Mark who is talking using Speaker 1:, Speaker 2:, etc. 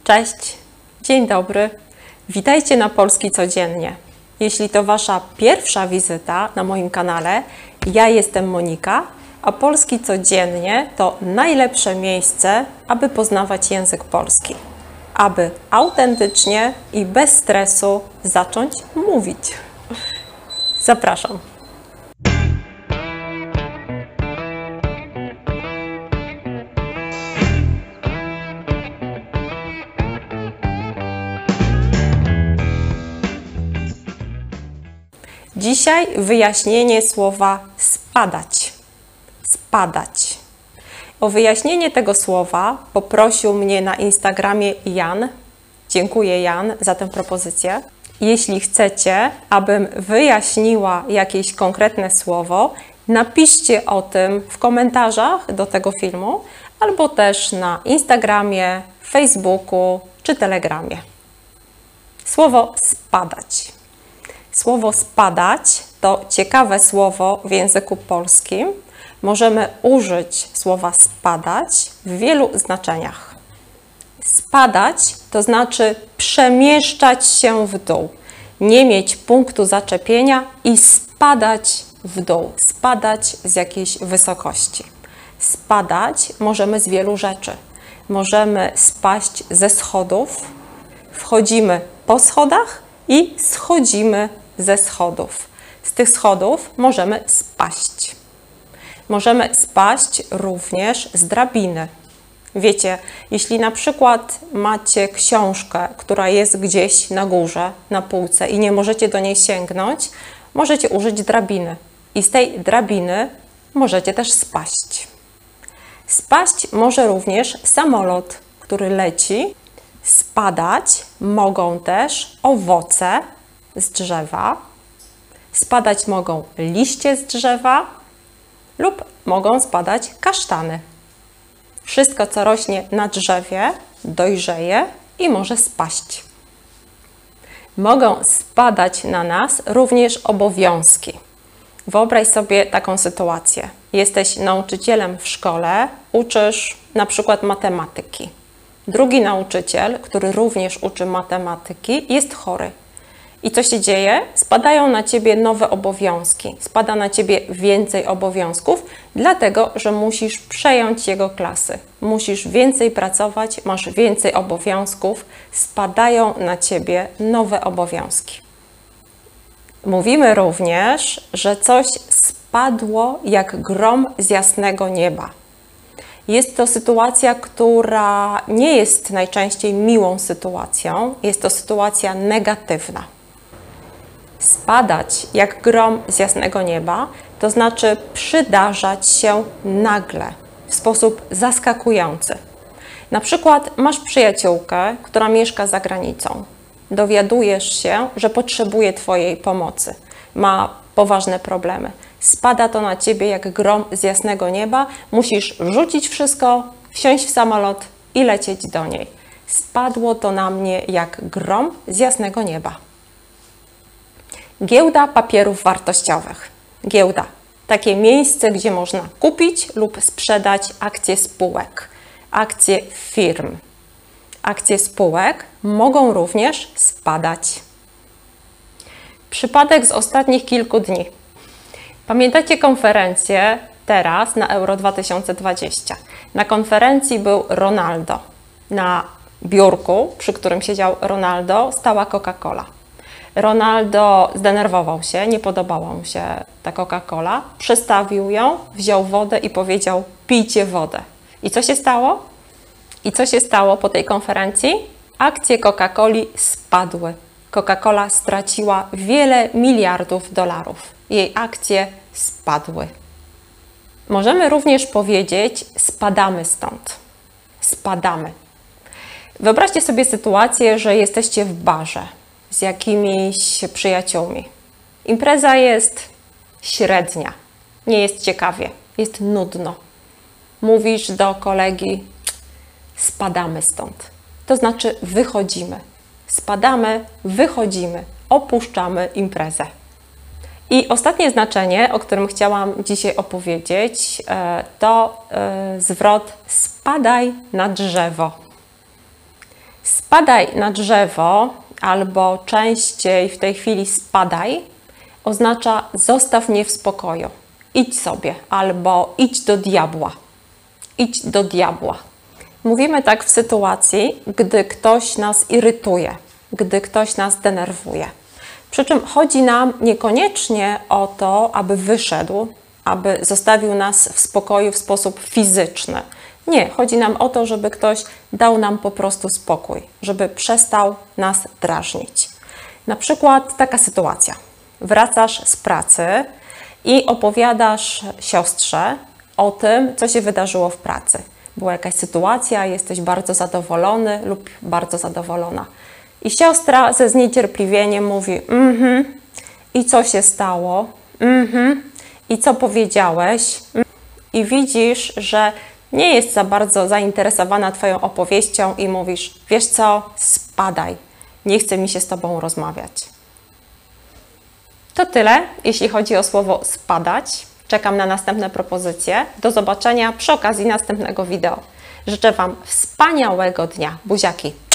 Speaker 1: Cześć, dzień dobry, witajcie na Polski Codziennie. Jeśli to Wasza pierwsza wizyta na moim kanale, ja jestem Monika, a Polski Codziennie to najlepsze miejsce, aby poznawać język polski, aby autentycznie i bez stresu zacząć mówić. Zapraszam. Dzisiaj wyjaśnienie słowa spadać. Spadać. O wyjaśnienie tego słowa poprosił mnie na Instagramie Jan. Dziękuję, Jan, za tę propozycję. Jeśli chcecie, abym wyjaśniła jakieś konkretne słowo, napiszcie o tym w komentarzach do tego filmu, albo też na Instagramie, Facebooku czy Telegramie. Słowo spadać. Słowo spadać to ciekawe słowo w języku polskim. Możemy użyć słowa spadać w wielu znaczeniach. Spadać to znaczy przemieszczać się w dół, nie mieć punktu zaczepienia i spadać w dół, spadać z jakiejś wysokości. Spadać możemy z wielu rzeczy. Możemy spaść ze schodów, wchodzimy po schodach i schodzimy ze schodów. Z tych schodów możemy spaść. Możemy spaść również z drabiny. Wiecie, jeśli na przykład macie książkę, która jest gdzieś na górze, na półce i nie możecie do niej sięgnąć, możecie użyć drabiny. I z tej drabiny możecie też spaść. Spaść może również samolot, który leci. Spadać mogą też owoce z drzewa, spadać mogą liście z drzewa lub mogą spadać kasztany. Wszystko, co rośnie na drzewie, dojrzeje i może spaść. Mogą spadać na nas również obowiązki. Wyobraź sobie taką sytuację. Jesteś nauczycielem w szkole, uczysz na przykład matematyki. Drugi nauczyciel, który również uczy matematyki, jest chory. I co się dzieje? Spadają na Ciebie nowe obowiązki. Spada na Ciebie więcej obowiązków, dlatego że musisz przejąć jego klasy. Musisz więcej pracować, masz więcej obowiązków. Spadają na Ciebie nowe obowiązki. Mówimy również, że coś spadło jak grom z jasnego nieba. Jest to sytuacja, która nie jest najczęściej miłą sytuacją. Jest to sytuacja negatywna. Spadać jak grom z jasnego nieba, to znaczy przydarzać się nagle, w sposób zaskakujący. Na przykład masz przyjaciółkę, która mieszka za granicą. Dowiadujesz się, że potrzebuje Twojej pomocy. Ma poważne problemy. Spada to na Ciebie jak grom z jasnego nieba. Musisz rzucić wszystko, wsiąść w samolot i lecieć do niej. Spadło to na mnie jak grom z jasnego nieba. Giełda papierów wartościowych. Giełda. Takie miejsce, gdzie można kupić lub sprzedać akcje spółek, akcje firm. Akcje spółek mogą również spadać. Przypadek z ostatnich kilku dni. Pamiętacie konferencję teraz na Euro 2020? Na konferencji był Ronaldo. Na biurku, przy którym siedział Ronaldo, stała Coca-Cola. Ronaldo zdenerwował się, nie podobała mu się ta Coca-Cola, przestawił ją, wziął wodę i powiedział: pijcie wodę. I co się stało? I co się stało po tej konferencji? Akcje Coca-Coli spadły. Coca-Cola straciła wiele miliardów dolarów. Jej akcje spadły. Możemy również powiedzieć: spadamy stąd. Spadamy. Wyobraźcie sobie sytuację, że jesteście w barze z jakimiś przyjaciółmi. Impreza jest średnia, nie jest ciekawie, jest nudno. Mówisz do kolegi: spadamy stąd. To znaczy wychodzimy. Spadamy, wychodzimy, opuszczamy imprezę. I ostatnie znaczenie, o którym chciałam dzisiaj opowiedzieć, to zwrot spadaj na drzewo. Spadaj na drzewo, albo częściej w tej chwili spadaj, oznacza zostaw mnie w spokoju. Idź sobie, albo idź do diabła. Idź do diabła. Mówimy tak w sytuacji, gdy ktoś nas irytuje, gdy ktoś nas denerwuje. Przy czym chodzi nam niekoniecznie o to, aby wyszedł, aby zostawił nas w spokoju w sposób fizyczny. Nie, chodzi nam o to, żeby ktoś dał nam po prostu spokój, żeby przestał nas drażnić. Na przykład taka sytuacja. Wracasz z pracy i opowiadasz siostrze o tym, co się wydarzyło w pracy. Była jakaś sytuacja, jesteś bardzo zadowolony lub bardzo zadowolona. I siostra ze zniecierpliwieniem mówi: i co się stało? I co powiedziałeś? I widzisz, że nie jest za bardzo zainteresowana Twoją opowieścią i mówisz: wiesz co, spadaj, nie chce mi się z Tobą rozmawiać. To tyle, jeśli chodzi o słowo spadać. Czekam na następne propozycje. Do zobaczenia przy okazji następnego wideo. Życzę Wam wspaniałego dnia. Buziaki!